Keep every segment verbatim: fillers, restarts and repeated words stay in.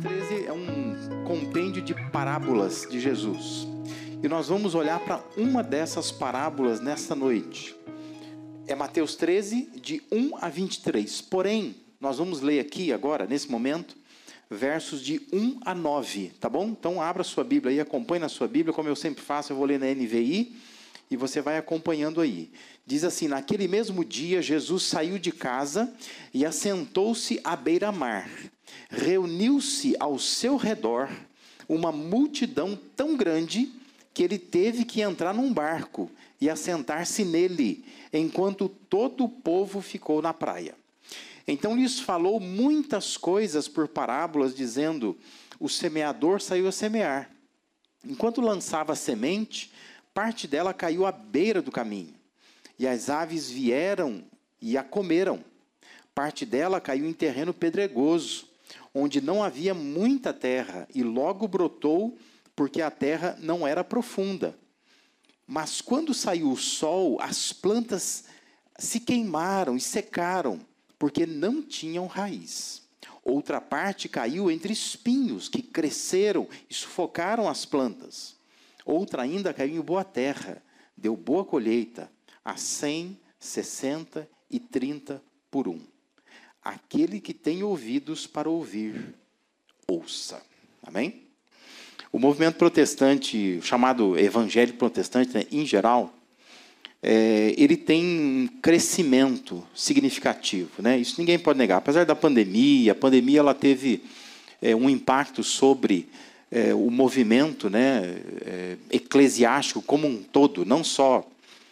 treze é um compêndio de parábolas de Jesus. E nós vamos olhar para uma dessas parábolas nesta noite. É Mateus treze, de um a vinte e três. Porém, nós vamos ler aqui agora, nesse momento, versos de um a nove, tá bom? Então, abra sua Bíblia aí, acompanhe na sua Bíblia, como eu sempre faço, eu vou ler na N V I, e você vai acompanhando aí. Diz assim: naquele mesmo dia, Jesus saiu de casa e assentou-se à beira-mar. Reuniu-se ao seu redor uma multidão tão grande que ele teve que entrar num barco e assentar-se nele, enquanto todo o povo ficou na praia. Então lhes falou muitas coisas por parábolas, dizendo: o semeador saiu a semear. Enquanto lançava a semente, parte dela caiu à beira do caminho, e as aves vieram e a comeram. Parte dela caiu em terreno pedregoso, onde não havia muita terra, e logo brotou, porque a terra não era profunda. Mas quando saiu o sol, as plantas se queimaram e secaram, porque não tinham raiz. Outra parte caiu entre espinhos, que cresceram e sufocaram as plantas. Outra ainda caiu em boa terra, deu boa colheita, a cem, sessenta e trinta por um. Aquele que tem ouvidos para ouvir, ouça. Amém? O movimento protestante, chamado evangélico protestante, né, em geral, é, ele tem um crescimento significativo, né? Isso ninguém pode negar. Apesar da pandemia, a pandemia ela teve é, um impacto sobre é, o movimento, né, é, eclesiástico como um todo, não só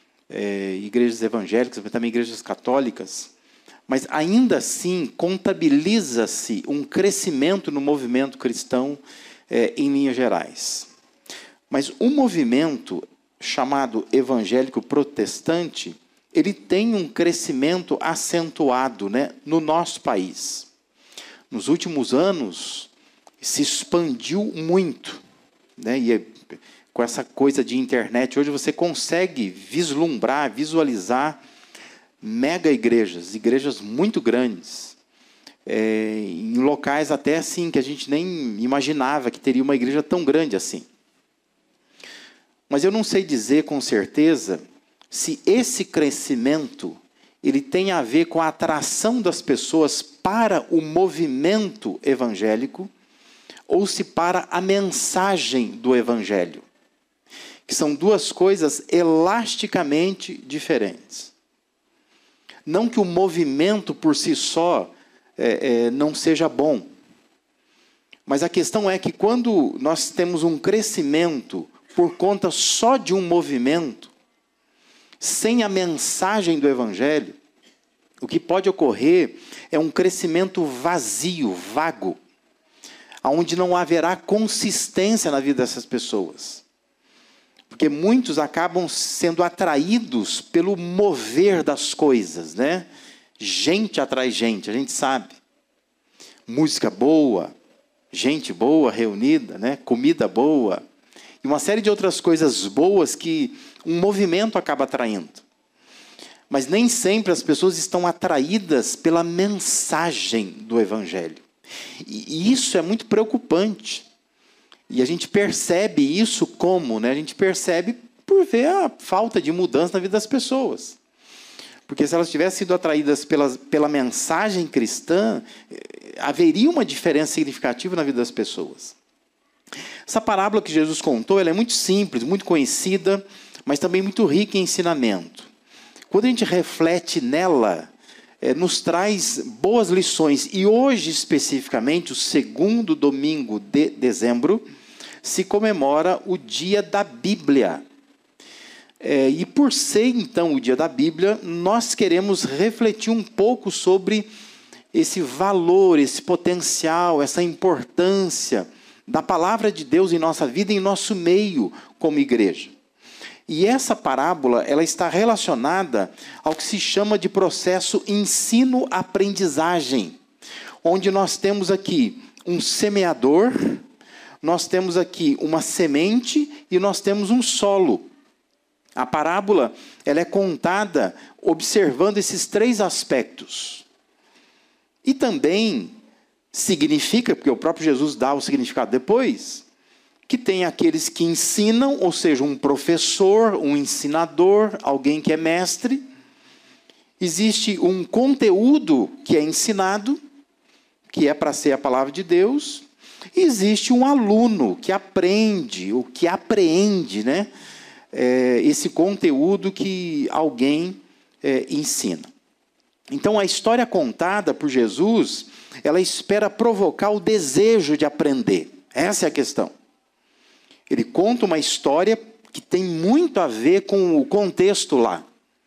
é, igrejas evangélicas, mas também igrejas católicas. Mas, ainda assim, contabiliza-se um crescimento no movimento cristão é, em linhas gerais. Mas o movimento chamado evangélico protestante, ele tem um crescimento acentuado, né, no nosso país. Nos últimos anos, se expandiu muito, né, e é, com essa coisa de internet, hoje você consegue vislumbrar, visualizar mega igrejas, igrejas muito grandes, é, em locais até assim que a gente nem imaginava que teria uma igreja tão grande assim. Mas eu não sei dizer com certeza se esse crescimento ele tem a ver com a atração das pessoas para o movimento evangélico ou se para a mensagem do evangelho, que são duas coisas elasticamente diferentes. Não que o movimento por si só é, é, não seja bom, mas a questão é que quando nós temos um crescimento por conta só de um movimento, sem a mensagem do evangelho, o que pode ocorrer é um crescimento vazio, vago, onde não haverá consistência na vida dessas pessoas. Porque muitos acabam sendo atraídos pelo mover das coisas, né? Gente atrai gente, a gente sabe. Música boa, gente boa reunida, né? Comida boa, e uma série de outras coisas boas que um movimento acaba atraindo. Mas nem sempre as pessoas estão atraídas pela mensagem do evangelho. E isso é muito preocupante. E a gente percebe isso como? Né? A gente percebe por ver a falta de mudança na vida das pessoas. Porque se elas tivessem sido atraídas pela, pela mensagem cristã, haveria uma diferença significativa na vida das pessoas. Essa parábola que Jesus contou, ela é muito simples, muito conhecida, mas também muito rica em ensinamento. Quando a gente reflete nela, é, nos traz boas lições. E hoje, especificamente, o segundo domingo de dezembro, se comemora o Dia da Bíblia. É, e por ser, então, o Dia da Bíblia, nós queremos refletir um pouco sobre esse valor, esse potencial, essa importância da palavra de Deus em nossa vida, em nosso meio como igreja. E essa parábola, ela está relacionada ao que se chama de processo ensino-aprendizagem, onde nós temos aqui um semeador, nós temos aqui uma semente e nós temos um solo. A parábola, ela é contada observando esses três aspectos. E também significa, porque o próprio Jesus dá o significado depois, que tem aqueles que ensinam, ou seja, um professor, um ensinador, alguém que é mestre. Existe um conteúdo que é ensinado, que é para ser a palavra de Deus. E existe um aluno que aprende, ou que apreende, né, é, esse conteúdo que alguém é, ensina. Então, a história contada por Jesus, ela espera provocar o desejo de aprender. Essa é a questão. Ele conta uma história que tem muito a ver com o contexto lá.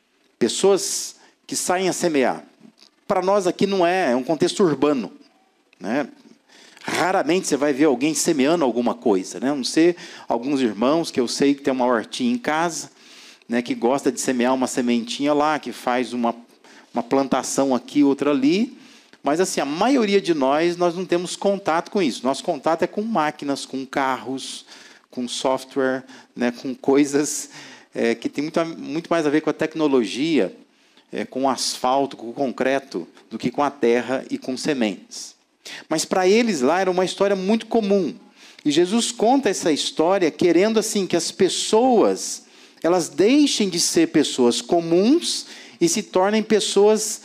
Pessoas que saem a semear. Para nós aqui não é, é um contexto urbano, né? Raramente você vai ver alguém semeando alguma coisa, né? A não ser alguns irmãos que eu sei que tem uma hortinha em casa, né, que gosta de semear uma sementinha lá, que faz uma, uma plantação aqui, outra ali. Mas assim, a maioria de nós, nós não temos contato com isso. Nosso contato é com máquinas, com carros, com software, né, com coisas é, que tem muito, muito mais a ver com a tecnologia, é, com o asfalto, com o concreto, do que com a terra e com sementes. Mas para eles lá era uma história muito comum. E Jesus conta essa história querendo assim que as pessoas, elas deixem de ser pessoas comuns e se tornem pessoas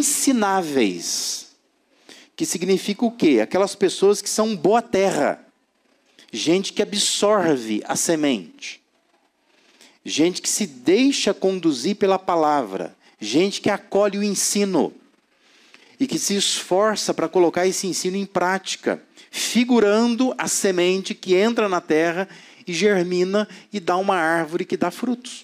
ensináveis. Que significa o quê? Aquelas pessoas que são boa terra. Gente que absorve a semente. Gente que se deixa conduzir pela palavra. Gente que acolhe o ensino. E que se esforça para colocar esse ensino em prática, figurando a semente que entra na terra e germina e dá uma árvore que dá frutos.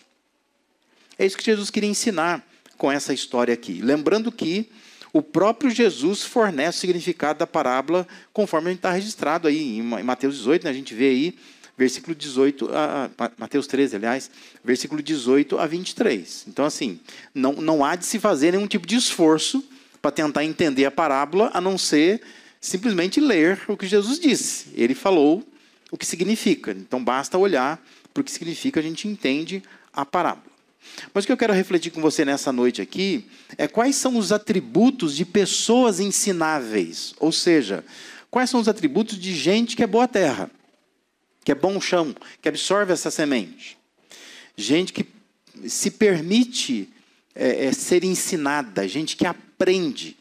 É isso que Jesus queria ensinar com essa história aqui. Lembrando que o próprio Jesus fornece o significado da parábola, conforme a gente está registrado aí em Mateus dezoito, né? A gente vê aí, versículo dezoito, a, a, Mateus treze, aliás, versículo dezoito a vinte e três. Então, assim, não, não há de se fazer nenhum tipo de esforço para tentar entender a parábola, a não ser simplesmente ler o que Jesus disse. Ele falou o que significa. Então, basta olhar para o que significa, a gente entende a parábola. Mas o que eu quero refletir com você nessa noite aqui é quais são os atributos de pessoas ensináveis. Ou seja, quais são os atributos de gente que é boa terra, que é bom chão, que absorve essa semente. Gente que se permite é, é, ser ensinada, gente que aprende.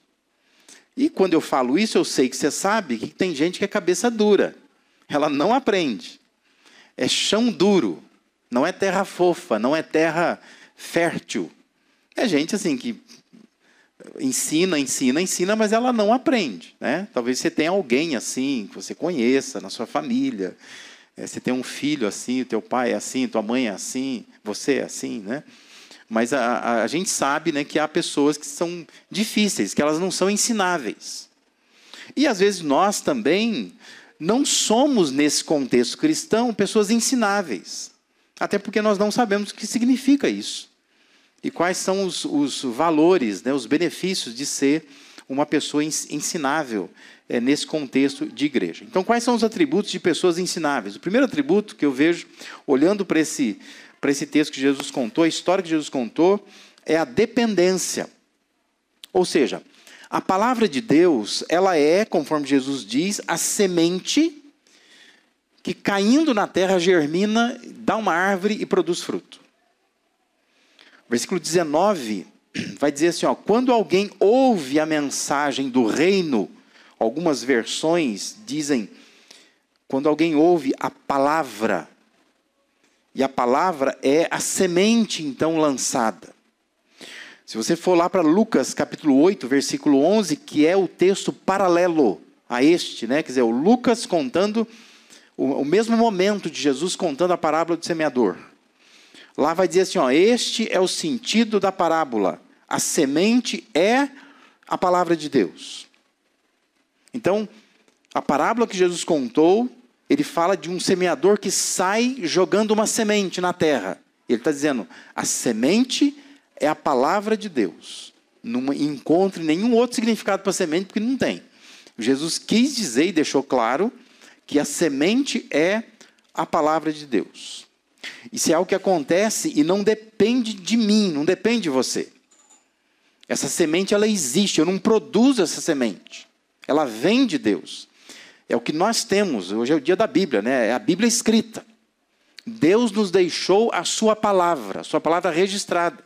E quando eu falo isso, eu sei que você sabe que tem gente que é cabeça dura. Ela não aprende. É chão duro. Não é terra fofa, não é terra fértil. É gente assim que ensina, ensina, ensina, mas ela não aprende, né? Talvez você tenha alguém assim, que você conheça na sua família. É, você tem um filho assim, o teu pai é assim, tua mãe é assim, você é assim, né? Mas a, a, a gente sabe, né, que há pessoas que são difíceis, que elas não são ensináveis. E às vezes nós também não somos, nesse contexto cristão, pessoas ensináveis. Até porque nós não sabemos o que significa isso. E quais são os, os valores, né, os benefícios de ser uma pessoa ensinável é, nesse contexto de igreja. Então, quais são os atributos de pessoas ensináveis? O primeiro atributo que eu vejo, olhando para esse, para esse texto que Jesus contou, a história que Jesus contou, é a dependência. Ou seja, a palavra de Deus, ela é, conforme Jesus diz, a semente que caindo na terra germina, dá uma árvore e produz fruto. Versículo dezenove vai dizer assim, ó, quando alguém ouve a mensagem do reino, algumas versões dizem, quando alguém ouve a palavra, e a palavra é a semente então lançada. Se você for lá para Lucas capítulo oito, versículo onze, que é o texto paralelo a este, né? Quer dizer, o Lucas contando o, o mesmo momento de Jesus contando a parábola do semeador. Lá vai dizer assim, ó, este é o sentido da parábola. A semente é a palavra de Deus. Então, a parábola que Jesus contou, ele fala de um semeador que sai jogando uma semente na terra. Ele está dizendo, a semente é a palavra de Deus. Não encontre nenhum outro significado para semente, porque não tem. Jesus quis dizer e deixou claro que a semente é a palavra de Deus. Isso é algo que acontece e não depende de mim, não depende de você. Essa semente, ela existe, eu não produzo essa semente. ela vem de Deus. É o que nós temos, hoje é o dia da Bíblia, né? É a Bíblia escrita. Deus nos deixou a sua palavra, a sua palavra registrada.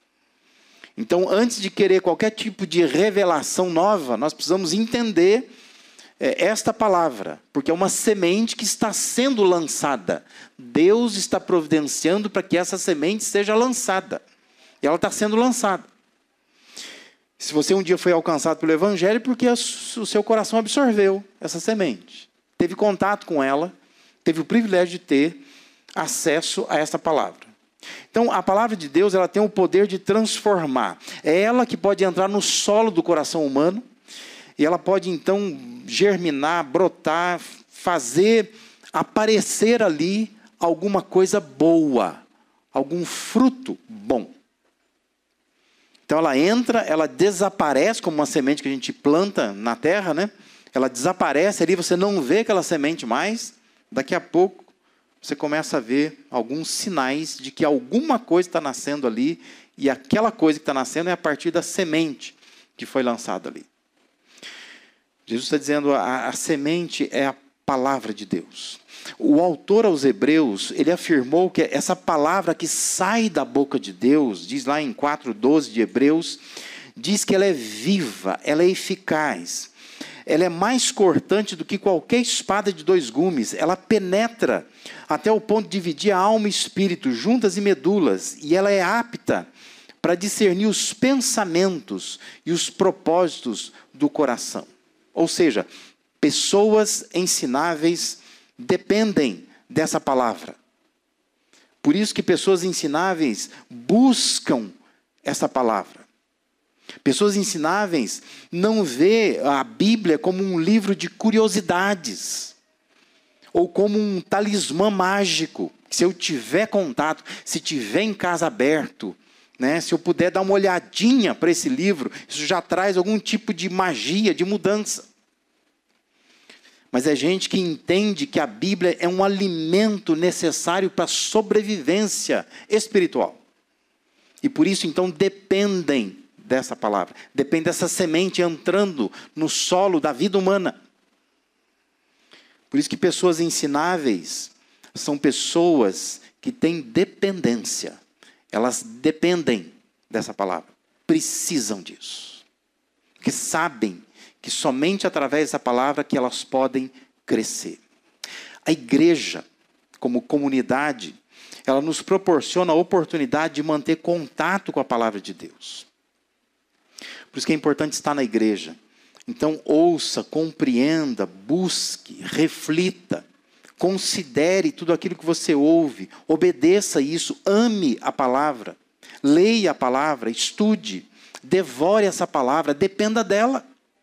Então, antes de querer qualquer tipo de revelação nova, nós precisamos entender é, esta palavra, porque é uma semente que está sendo lançada. Deus está providenciando para que essa semente seja lançada. E ela está sendo lançada. Se você um dia foi alcançado pelo Evangelho, porque o seu coração absorveu essa semente. Teve contato com ela, teve o privilégio de ter acesso a essa palavra. Então, a palavra de Deus, ela tem o poder de transformar. É ela que pode entrar no solo do coração humano, e ela pode, então, germinar, brotar, fazer aparecer ali alguma coisa boa, algum fruto bom. Então, ela entra, ela desaparece, como uma semente que a gente planta na terra, né? Ela desaparece ali, você não vê aquela semente mais, daqui a pouco, você começa a ver alguns sinais de que alguma coisa está nascendo ali, e aquela coisa que está nascendo é a partir da semente que foi lançada ali. Jesus está dizendo, a, a semente é a palavra de Deus. O autor aos Hebreus, ele afirmou que essa palavra que sai da boca de Deus, diz lá em quatro, doze de Hebreus, diz que ela é viva, ela é eficaz. Ela é mais cortante do que qualquer espada de dois gumes. Ela penetra até o ponto de dividir a alma e espírito, juntas e medulas. E ela é apta para discernir os pensamentos e os propósitos do coração. Ou seja, pessoas ensináveis dependem dessa palavra. Por isso que pessoas ensináveis buscam essa palavra. Pessoas ensináveis não vê a Bíblia como um livro de curiosidades, ou como um talismã mágico. Se eu tiver contato, se tiver em casa aberto, né, se eu puder dar uma olhadinha para esse livro, isso já traz algum tipo de magia, de mudança. Mas é gente que entende que a Bíblia é um alimento necessário para a sobrevivência espiritual. E por isso, então, dependem dessa palavra. Depende dessa semente entrando no solo da vida humana. Por isso que pessoas ensináveis são pessoas que têm dependência. Elas dependem dessa palavra. Precisam disso. Porque sabem que somente através dessa palavra que elas podem crescer. A igreja, como comunidade, ela nos proporciona a oportunidade de manter contato com a palavra de Deus. Por isso que é importante estar na igreja. Então, ouça, compreenda, busque, reflita, considere tudo aquilo que você ouve, obedeça isso, ame a palavra, leia a palavra, estude, devore essa palavra, dependa dela.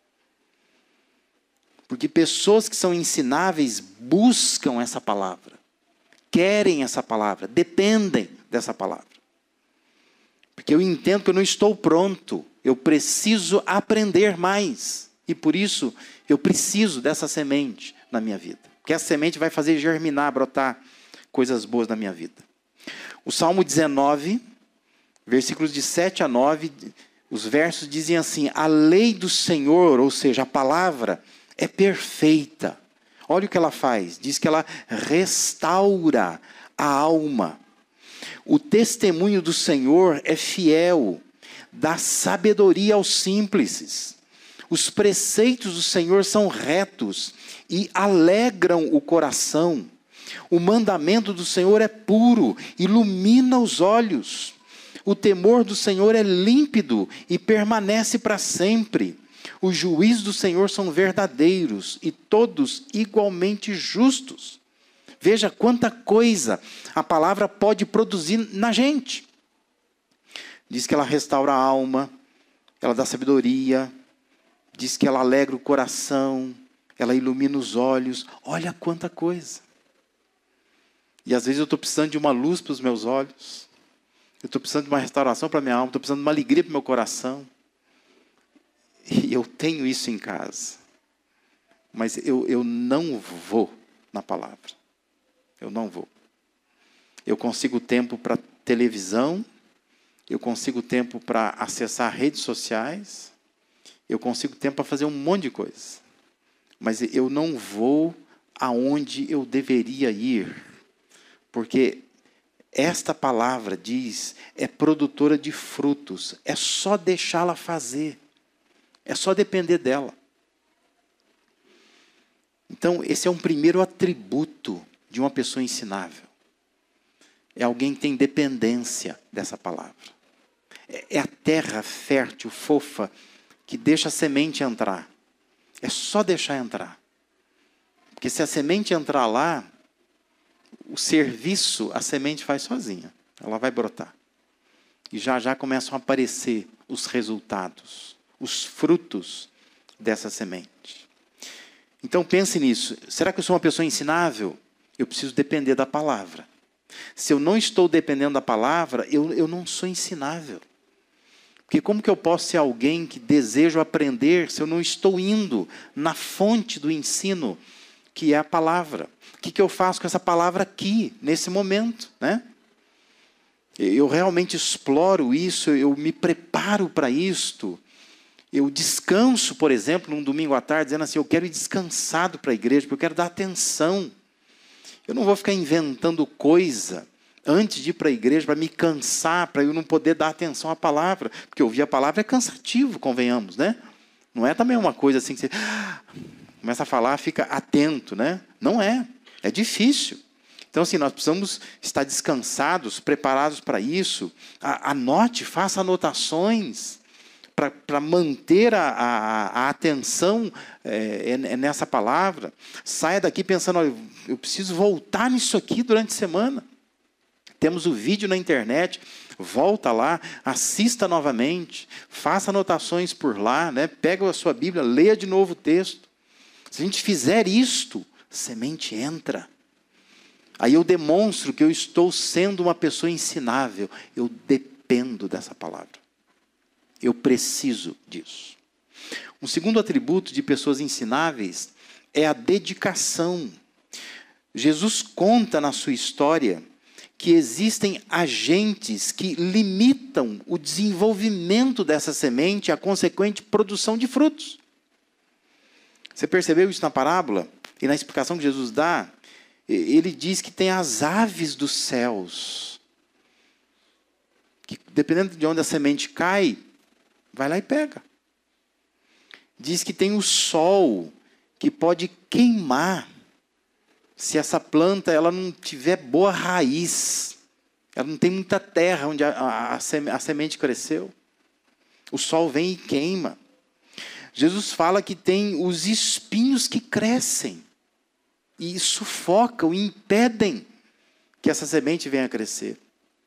Porque pessoas que são ensináveis buscam essa palavra, querem essa palavra, dependem dessa palavra. Porque eu entendo que eu não estou pronto, eu preciso aprender mais. E por isso, eu preciso dessa semente na minha vida. Porque essa semente vai fazer germinar, brotar coisas boas na minha vida. O Salmo dezenove, versículos de sete a nove, os versos dizem assim: a lei do Senhor, ou seja, a palavra, é perfeita. Olha o que ela faz. Diz que ela restaura a alma. O testemunho do Senhor é fiel, dá sabedoria aos simples. Os preceitos do Senhor são retos e alegram o coração. O mandamento do Senhor é puro, ilumina os olhos. O temor do Senhor é límpido e permanece para sempre. Os juízos do Senhor são verdadeiros e todos igualmente justos. Veja quanta coisa a palavra pode produzir na gente. Diz que ela restaura a alma, ela dá sabedoria, diz que ela alegra o coração, ela ilumina os olhos. Olha quanta coisa. E às vezes eu estou precisando de uma luz para os meus olhos, eu estou precisando de uma restauração para a minha alma, estou precisando de uma alegria para o meu coração. E eu tenho isso em casa. Mas eu, eu não vou na palavra. Eu não vou. Eu consigo tempo para televisão, eu consigo tempo para acessar redes sociais, eu consigo tempo para fazer um monte de coisa. mas eu não vou aonde eu deveria ir, porque esta palavra diz, é produtora de frutos, é só deixá-la fazer, é só depender dela. Então, esse é um primeiro atributo de uma pessoa ensinável. É alguém que tem dependência dessa palavra. É a terra fértil, fofa, que deixa a semente entrar. É só deixar entrar. Porque se a semente entrar lá, o serviço a semente faz sozinha. Ela vai brotar. E já já começam a aparecer os resultados, os frutos dessa semente. Então pense nisso. Será que eu sou uma pessoa ensinável? Eu preciso depender da palavra. Se eu não estou dependendo da palavra, eu, eu não sou ensinável. Porque como que eu posso ser alguém que desejo aprender se eu não estou indo na fonte do ensino, que é a palavra? O que, que eu faço com essa palavra aqui, nesse momento, né? Eu realmente exploro isso, eu me preparo para isto. Eu descanso, por exemplo, num domingo à tarde, dizendo assim, eu quero ir descansado para a igreja, porque eu quero dar atenção. Eu não vou ficar inventando coisa antes de ir para a igreja, para me cansar, para eu não poder dar atenção à palavra. Porque ouvir a palavra é cansativo, convenhamos, né? Não é também uma coisa assim que você começa a falar, fica atento, né? Não é. É difícil. Então, assim, nós precisamos estar descansados, preparados para isso. Anote, faça anotações para manter a, a, a atenção é, é nessa palavra. Saia daqui pensando, olha, eu preciso voltar nisso aqui durante a semana. Temos o vídeo na internet, volta lá, assista novamente, faça anotações por lá, né? Pega a sua Bíblia, leia de novo o texto. Se a gente fizer isto, semente entra. Aí eu demonstro que eu estou sendo uma pessoa ensinável. Eu dependo dessa palavra. Eu preciso disso. Um segundo atributo de pessoas ensináveis é a dedicação. Jesus conta na sua história que existem agentes que limitam o desenvolvimento dessa semente e a consequente produção de frutos. Você percebeu isso na parábola? E na explicação que Jesus dá, ele diz que tem as aves dos céus, que dependendo de onde a semente cai, vai lá e pega. Diz que tem o sol, que pode queimar, se essa planta ela não tiver boa raiz, ela não tem muita terra onde a, a, a semente cresceu. O sol vem e queima. Jesus fala que tem os espinhos que crescem e sufocam, e impedem que essa semente venha a crescer.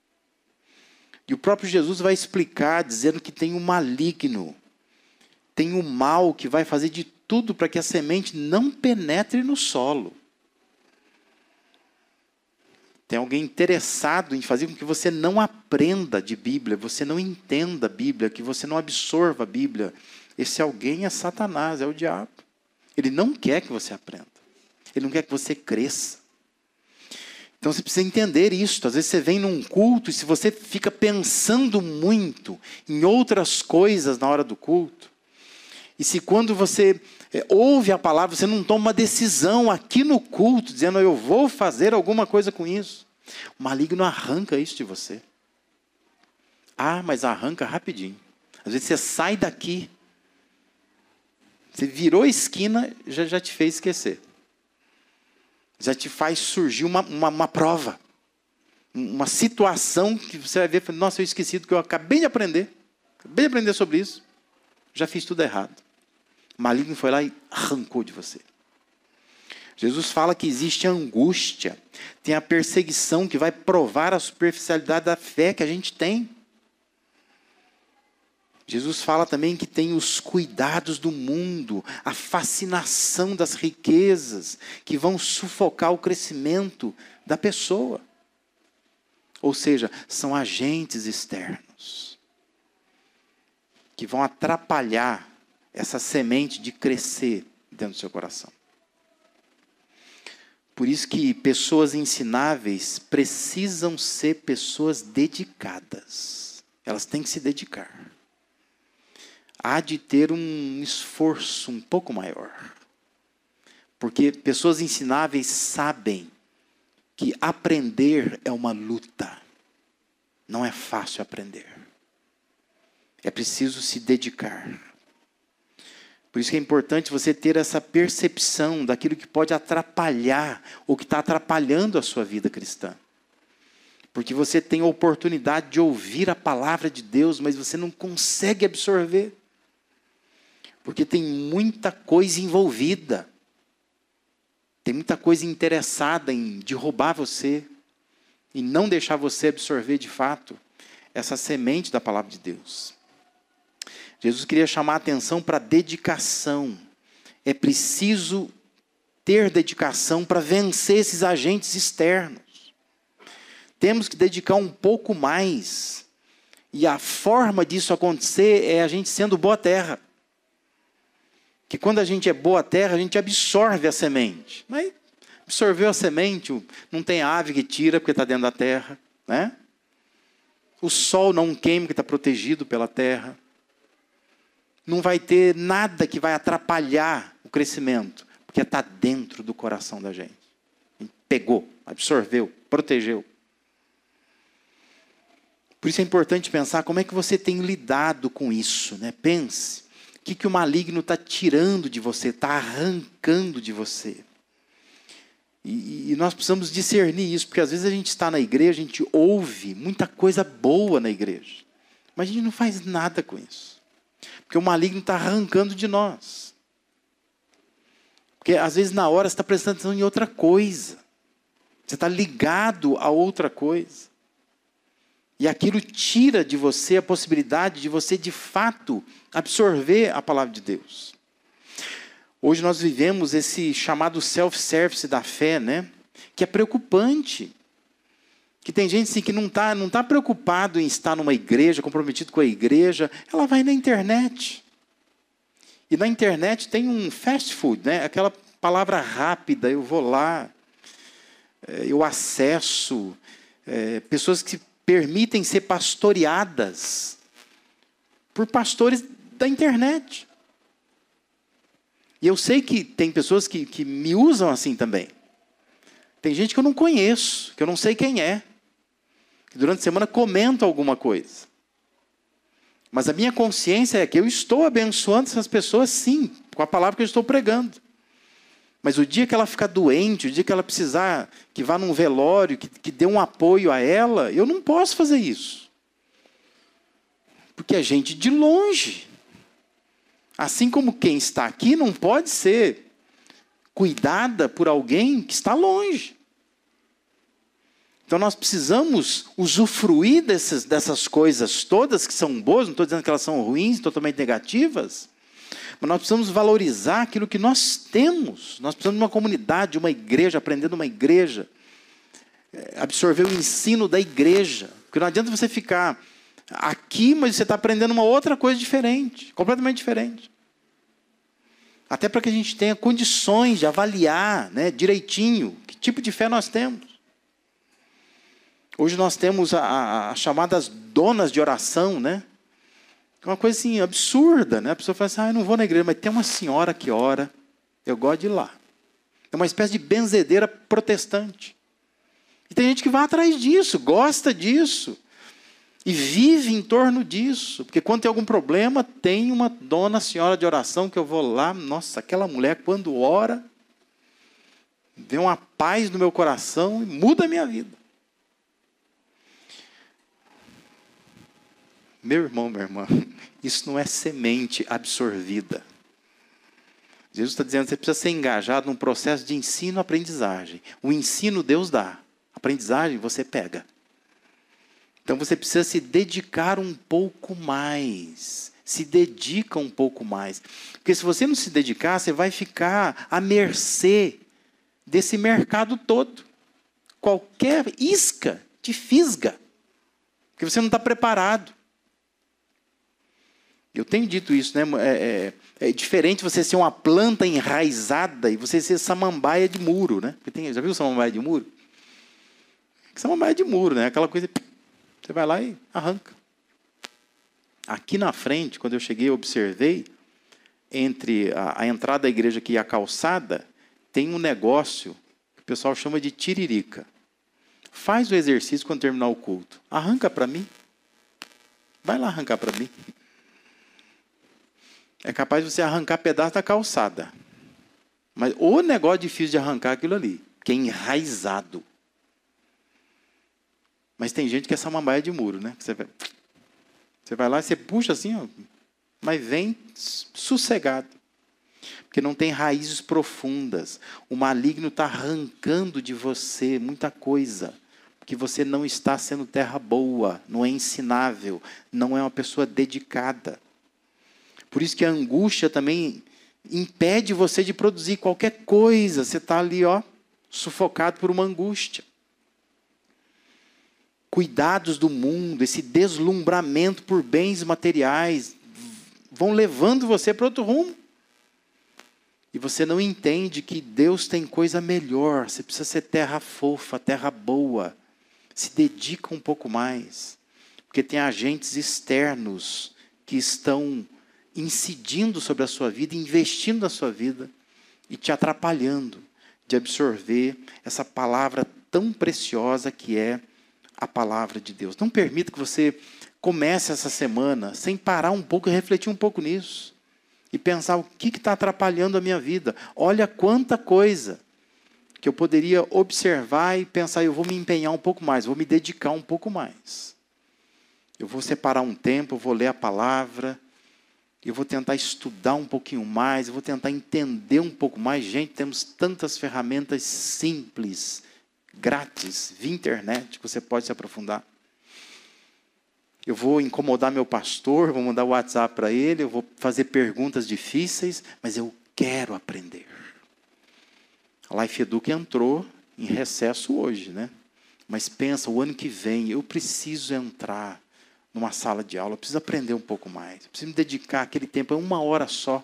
E o próprio Jesus vai explicar, dizendo que tem o maligno, tem o mal que vai fazer de tudo para que a semente não penetre no solo. Tem alguém interessado em fazer com que você não aprenda de Bíblia, você não entenda a Bíblia, que você não absorva a Bíblia. Esse alguém é Satanás, é o diabo. Ele não quer que você aprenda. Ele não quer que você cresça. Então você precisa entender isso. Às vezes você vem num culto e se você fica pensando muito em outras coisas na hora do culto, e se quando você é, ouve a palavra, você não toma uma decisão aqui no culto, dizendo, eu vou fazer alguma coisa com isso, o maligno arranca isso de você. Ah, mas arranca rapidinho. Às vezes você sai daqui, você virou a esquina, já, já te fez esquecer. Já te faz surgir uma, uma, uma prova. Uma situação que você vai ver, nossa, eu esqueci do que eu acabei de aprender. Acabei de aprender sobre isso. Já fiz tudo errado. O maligno foi lá e arrancou de você. Jesus fala que existe a angústia, tem a perseguição que vai provar a superficialidade da fé que a gente tem. Jesus fala também que tem os cuidados do mundo, a fascinação das riquezas, que vão sufocar o crescimento da pessoa. Ou seja, são agentes externos, que vão atrapalhar essa semente de crescer dentro do seu coração. Por isso que pessoas ensináveis precisam ser pessoas dedicadas. Elas têm que se dedicar. Há de ter um esforço um pouco maior. Porque pessoas ensináveis sabem que aprender é uma luta. Não é fácil aprender. É preciso se dedicar. Por isso que é importante você ter essa percepção daquilo que pode atrapalhar, ou que está atrapalhando a sua vida cristã. Porque você tem a oportunidade de ouvir a palavra de Deus, mas você não consegue absorver. Porque tem muita coisa envolvida. Tem muita coisa interessada em derrubar você e não deixar você absorver de fato essa semente da palavra de Deus. Jesus queria chamar a atenção para a dedicação. É preciso ter dedicação para vencer esses agentes externos. Temos que dedicar um pouco mais. E a forma disso acontecer é a gente sendo boa terra. Que quando a gente é boa terra, a gente absorve a semente. Mas absorveu a semente, não tem ave que tira porque está dentro da terra. Né? O sol não queima porque está protegido pela terra. Não vai ter nada que vai atrapalhar o crescimento, porque está dentro do coração da gente. A gente pegou, absorveu, protegeu. Por isso é importante pensar como é que você tem lidado com isso. Né? Pense, o que, que o maligno está tirando de você, está arrancando de você. E, e nós precisamos discernir isso, porque às vezes a gente está na igreja, a gente ouve muita coisa boa na igreja, mas a gente não faz nada com isso. Porque o maligno está arrancando de nós. Porque às vezes na hora você está prestando atenção em outra coisa. Você está ligado a outra coisa. E aquilo tira de você a possibilidade de você de fato absorver a palavra de Deus. Hoje nós vivemos esse chamado self-service da fé, né? Que é preocupante. Que tem gente assim, que não está não tá preocupado em estar numa igreja, comprometido com a igreja. Ela vai na internet. E na internet tem um fast food, né? Aquela palavra rápida, eu vou lá, eu acesso. É, pessoas que permitem ser pastoreadas por pastores da internet. E eu sei que tem pessoas que, que me usam assim também. Tem gente que eu não conheço, que eu não sei quem é. Que durante a semana comenta alguma coisa. Mas a minha consciência é que eu estou abençoando essas pessoas, sim, com a palavra que eu estou pregando. Mas o dia que ela ficar doente, o dia que ela precisar que vá num velório, que, que dê um apoio a ela, eu não posso fazer isso. Porque é gente de longe. Assim como quem está aqui não pode ser cuidada por alguém que está longe. Então nós precisamos usufruir dessas, dessas coisas todas que são boas, não estou dizendo que elas são ruins, totalmente negativas, mas nós precisamos valorizar aquilo que nós temos. Nós precisamos de uma comunidade, de uma igreja, aprender numa igreja, absorver o ensino da igreja. Porque não adianta você ficar aqui, mas você está aprendendo uma outra coisa diferente, completamente diferente. Até para que a gente tenha condições de avaliar, né, direitinho que tipo de fé nós temos. Hoje nós temos as chamadas donas de oração, né? Uma coisa assim absurda, né? A pessoa fala assim, ah, eu não vou na igreja, mas tem uma senhora que ora, eu gosto de ir lá. É uma espécie de benzedeira protestante. E tem gente que vai atrás disso, gosta disso. E vive em torno disso. Porque quando tem algum problema, tem uma dona senhora de oração que eu vou lá. Nossa, aquela mulher quando ora, vê uma paz no meu coração e muda a minha vida. Meu irmão, minha irmã, isso não é semente absorvida. Jesus está dizendo que você precisa ser engajado num processo de ensino-aprendizagem. O ensino Deus dá, a aprendizagem você pega. Então você precisa se dedicar um pouco mais. Se dedica um pouco mais. Porque se você não se dedicar, você vai ficar à mercê desse mercado todo. Qualquer isca te fisga. Porque você não está preparado. Eu tenho dito isso, né? É, é, é diferente você ser uma planta enraizada e você ser samambaia de muro, né? Tem, já viu samambaia de muro? Samambaia de muro, né? Aquela coisa, você vai lá e arranca. Aqui na frente, quando eu cheguei, eu observei, entre a, a entrada da igreja aqui e a calçada, tem um negócio que o pessoal chama de tiririca. Faz o exercício quando terminar o culto. Arranca para mim. Vai lá arrancar para mim. É capaz de você arrancar pedaço da calçada. Mas o negócio difícil de arrancar aquilo ali, que é enraizado. Mas tem gente que é samambaia de muro, né? Você vai, você vai lá e você puxa assim, ó, mas vem sossegado. Porque não tem raízes profundas. O maligno está arrancando de você muita coisa. Porque você não está sendo terra boa, não é ensinável, não é uma pessoa dedicada. Por isso que a angústia também impede você de produzir qualquer coisa. Você está ali, ó, sufocado por uma angústia. Cuidados do mundo, esse deslumbramento por bens materiais, vão levando você para outro rumo. E você não entende que Deus tem coisa melhor. Você precisa ser terra fofa, terra boa. Se dedica um pouco mais. Porque tem agentes externos que estão incidindo sobre a sua vida, investindo na sua vida e te atrapalhando de absorver essa palavra tão preciosa que é a palavra de Deus. Não permita que você comece essa semana sem parar um pouco e refletir um pouco nisso. E pensar o que está atrapalhando a minha vida. Olha quanta coisa que eu poderia observar e pensar, eu vou me empenhar um pouco mais, vou me dedicar um pouco mais. Eu vou separar um tempo, eu vou ler a palavra, eu vou tentar estudar um pouquinho mais, eu vou tentar entender um pouco mais. Gente, temos tantas ferramentas simples, grátis, via internet, que você pode se aprofundar. Eu vou incomodar meu pastor, vou mandar o WhatsApp para ele, eu vou fazer perguntas difíceis, mas eu quero aprender. A Life Educa entrou em recesso hoje, né? Mas pensa, o ano que vem, eu preciso entrar numa sala de aula, eu preciso aprender um pouco mais, eu preciso me dedicar aquele tempo, é uma hora só.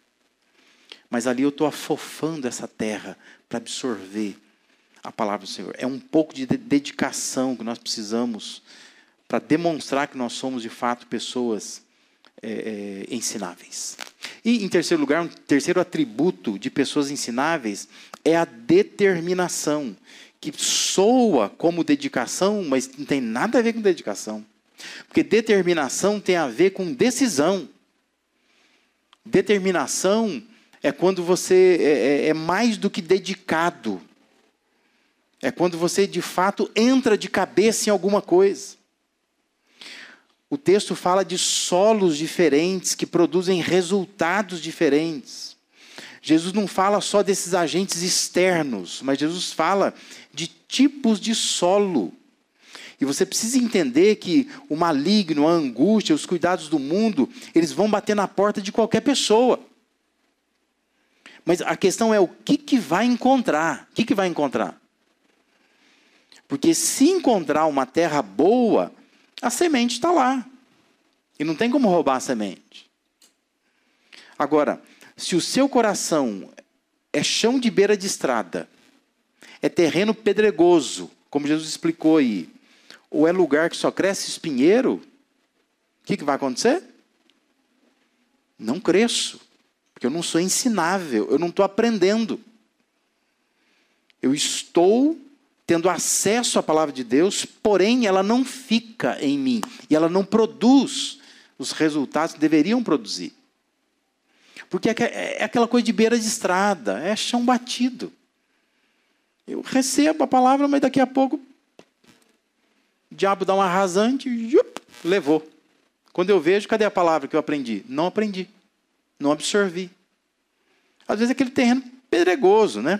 Mas ali eu estou afofando essa terra para absorver a palavra do Senhor. É um pouco de dedicação que nós precisamos para demonstrar que nós somos, de fato, pessoas é, é, ensináveis. E, em terceiro lugar, um terceiro atributo de pessoas ensináveis é a determinação, que soa como dedicação, mas não tem nada a ver com dedicação. Porque determinação tem a ver com decisão. Determinação é quando você é, é mais do que dedicado. É quando você, de fato, entra de cabeça em alguma coisa. O texto fala de solos diferentes que produzem resultados diferentes. Jesus não fala só desses agentes externos, mas Jesus fala de tipos de solo. E você precisa entender que o maligno, a angústia, os cuidados do mundo, eles vão bater na porta de qualquer pessoa. Mas a questão é o que, que vai encontrar? O que, que vai encontrar? Porque se encontrar uma terra boa, a semente está lá. E não tem como roubar a semente. Agora, se o seu coração é chão de beira de estrada, é terreno pedregoso, como Jesus explicou aí, ou é lugar que só cresce espinheiro, o que, que vai acontecer? Não cresço. Porque eu não sou ensinável, eu não estou aprendendo. Eu estou tendo acesso à palavra de Deus, porém ela não fica em mim. E ela não produz os resultados que deveriam produzir. Porque é aquela coisa de beira de estrada, é chão batido. Eu recebo a palavra, mas daqui a pouco o diabo dá uma rasante e levou. Quando eu vejo, cadê a palavra que eu aprendi? Não aprendi. Não absorvi. Às vezes é aquele terreno pedregoso, né?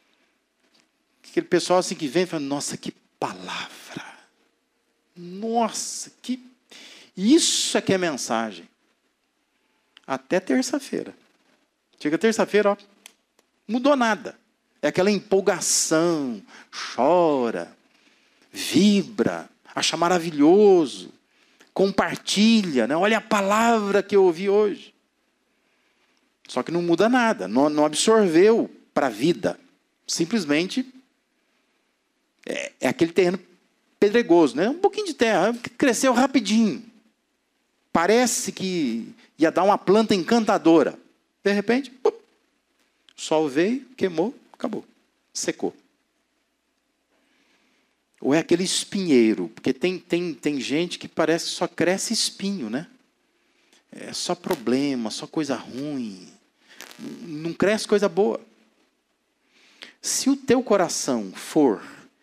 Aquele pessoal assim que vem e fala, nossa, que palavra. Nossa, que... Isso é que é mensagem. Até terça-feira. Chega terça-feira, ó, mudou nada. É aquela empolgação, chora, vibra, acha maravilhoso, compartilha, né? Olha a palavra que eu ouvi hoje. Só que não muda nada, não, não absorveu para a vida. Simplesmente é, é aquele terreno pedregoso, né? Um pouquinho de terra, cresceu rapidinho. Parece que ia dar uma planta encantadora. De repente, pum, o sol veio, queimou, Acabou. Secou. Ou é aquele espinheiro, porque tem, tem, tem gente que parece que só cresce espinho, né? É só problema, só coisa ruim. Não cresce coisa boa. Se o teu coração for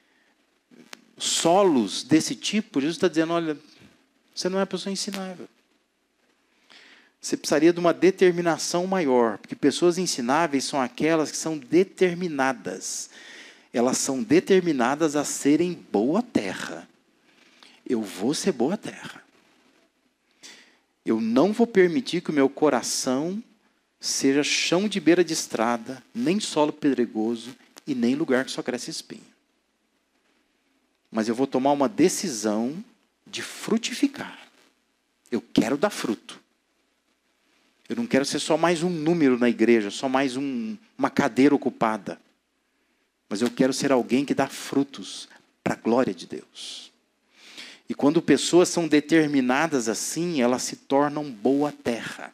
solos desse tipo, Jesus está dizendo, olha, você não é uma pessoa ensinável. Você precisaria de uma determinação maior, porque pessoas ensináveis são aquelas que são determinadas. Elas são determinadas a serem boa terra. Eu vou ser boa terra. Eu não vou permitir que o meu coração seja chão de beira de estrada, nem solo pedregoso e nem lugar que só cresce espinho. Mas eu vou tomar uma decisão de frutificar. Eu quero dar fruto. Eu não quero ser só mais um número na igreja, só mais um, uma cadeira ocupada. Mas eu quero ser alguém que dá frutos para a glória de Deus. E quando pessoas são determinadas assim, elas se tornam boa terra.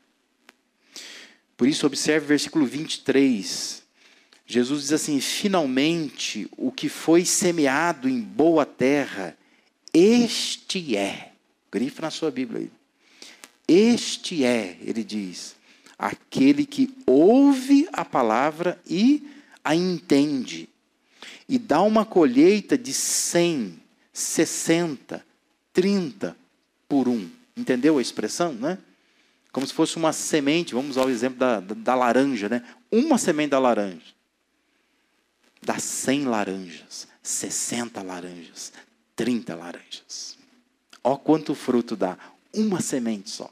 Por isso, observe o versículo vinte e três. Jesus diz assim, finalmente, o que foi semeado em boa terra, este é. Grife na sua Bíblia aí. Este é, ele diz, aquele que ouve a palavra e a entende. E dá uma colheita de cem, sessenta, trinta por um. Entendeu a expressão, né? Como se fosse uma semente, vamos usar o exemplo da, da, da laranja, né? Uma semente da laranja. Dá cem laranjas, sessenta laranjas, trinta laranjas. Ó quanto fruto dá. Uma semente só.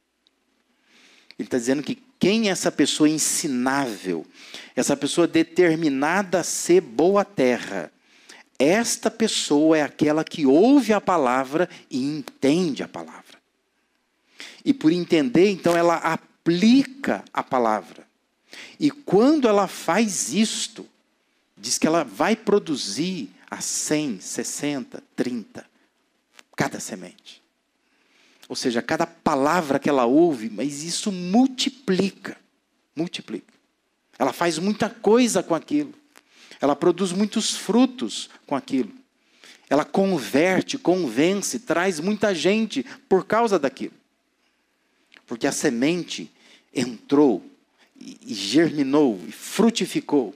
Ele está dizendo que quem é essa pessoa ensinável, essa pessoa determinada a ser boa terra, esta pessoa é aquela que ouve a palavra e entende a palavra. E por entender, então, ela aplica a palavra. E quando ela faz isto, diz que ela vai produzir a cem, sessenta, trinta, cada semente. Ou seja, cada palavra que ela ouve, mas isso multiplica. Multiplica. Ela faz muita coisa com aquilo. Ela produz muitos frutos com aquilo. Ela converte, convence, traz muita gente por causa daquilo. Porque a semente entrou, e germinou, e frutificou.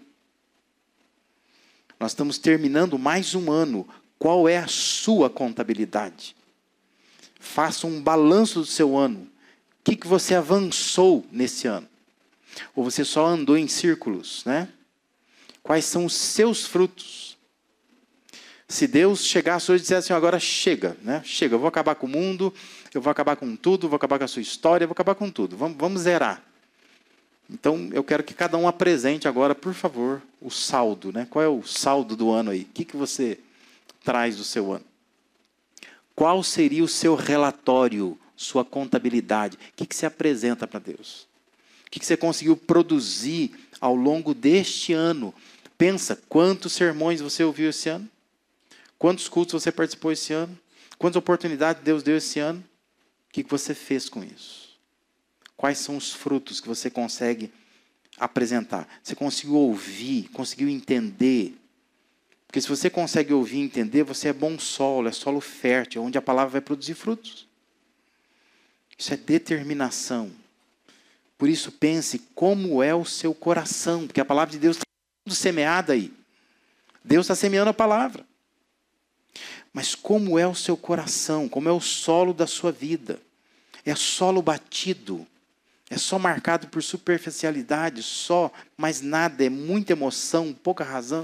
Nós estamos terminando mais um ano. Qual é a sua contabilidade? Faça um balanço do seu ano. O que, que você avançou nesse ano? Ou você só andou em círculos, né? Quais são os seus frutos? Se Deus chegasse hoje e dissesse assim, agora chega, né? Chega, eu vou acabar com o mundo, eu vou acabar com tudo, vou acabar com a sua história, eu vou acabar com tudo. Vamos, vamos zerar. Então, eu quero que cada um apresente agora, por favor, o saldo, né? Qual é o saldo do ano aí? O que, que você traz do seu ano? Qual seria o seu relatório, sua contabilidade? O que, que você apresenta para Deus? O que, que você conseguiu produzir ao longo deste ano? Pensa, quantos sermões você ouviu esse ano? Quantos cultos você participou esse ano? Quantas oportunidades Deus deu esse ano? O que, que você fez com isso? Quais são os frutos que você consegue apresentar? Você conseguiu ouvir, conseguiu entender? Porque se você consegue ouvir e entender, você é bom solo, é solo fértil, onde a palavra vai produzir frutos. Isso é determinação. Por isso pense como é o seu coração, porque a palavra de Deus está tudo semeada aí. Deus está semeando a palavra. Mas como é o seu coração, como é o solo da sua vida? É solo batido, é só marcado por superficialidade, só, mais nada, é muita emoção, pouca razão.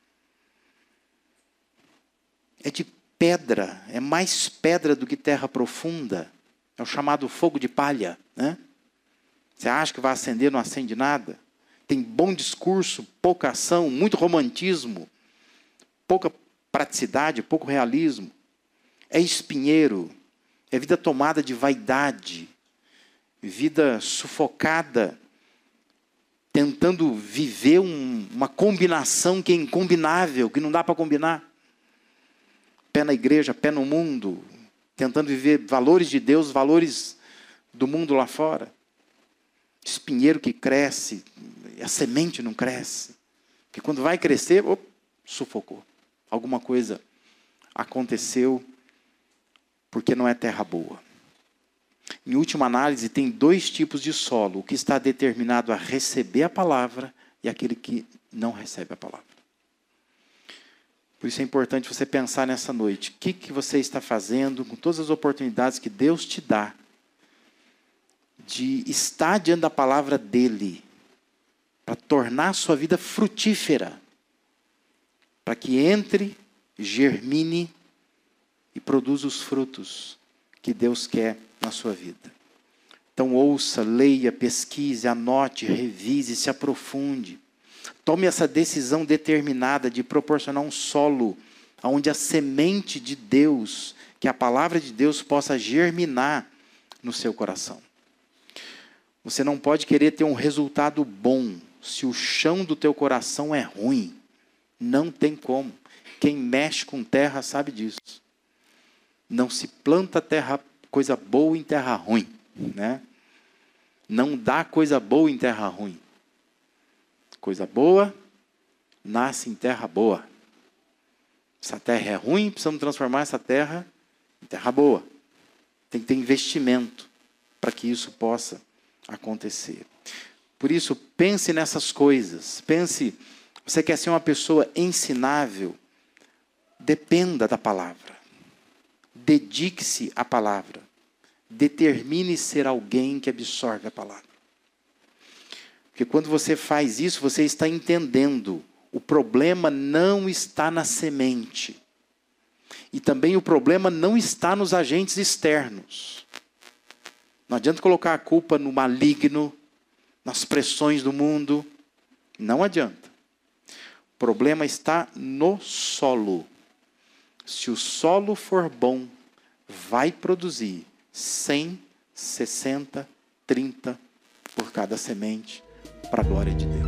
É de pedra, é mais pedra do que terra profunda. É o chamado fogo de palha, né? Você acha que vai acender, não acende nada. Tem bom discurso, pouca ação, muito romantismo, pouca praticidade, pouco realismo. É espinheiro, é vida tomada de vaidade, vida sufocada, tentando viver um, uma combinação que é incombinável, que não dá para combinar. Pé na igreja, pé no mundo, tentando viver valores de Deus, valores do mundo lá fora. Espinheiro que cresce, a semente não cresce. Porque quando vai crescer, op, sufocou. Alguma coisa aconteceu porque não é terra boa. Em última análise, tem dois tipos de solo. O que está determinado a receber a palavra e aquele que não recebe a palavra. Por isso é importante você pensar nessa noite. O que, que você está fazendo com todas as oportunidades que Deus te dá de estar diante da palavra dEle, para tornar a sua vida frutífera, para que entre, germine e produza os frutos que Deus quer na sua vida. Então ouça, leia, pesquise, anote, revise, se aprofunde. Tome essa decisão determinada de proporcionar um solo onde a semente de Deus, que a palavra de Deus possa germinar no seu coração. Você não pode querer ter um resultado bom se o chão do teu coração é ruim. Não tem como. Quem mexe com terra sabe disso. Não se planta terra, coisa boa em terra ruim, né? Não dá coisa boa em terra ruim. Coisa boa nasce em terra boa. Essa terra é ruim, precisamos transformar essa terra em terra boa. Tem que ter investimento para que isso possa acontecer. Por isso, pense nessas coisas. Pense, você quer ser uma pessoa ensinável? Dependa da palavra. Dedique-se à palavra. Determine ser alguém que absorve a palavra. Porque quando você faz isso, você está entendendo. O problema não está na semente. E também o problema não está nos agentes externos. Não adianta colocar a culpa no maligno, nas pressões do mundo. Não adianta. O problema está no solo. Se o solo for bom, vai produzir cem, sessenta, trinta por cada semente, para a glória de Deus.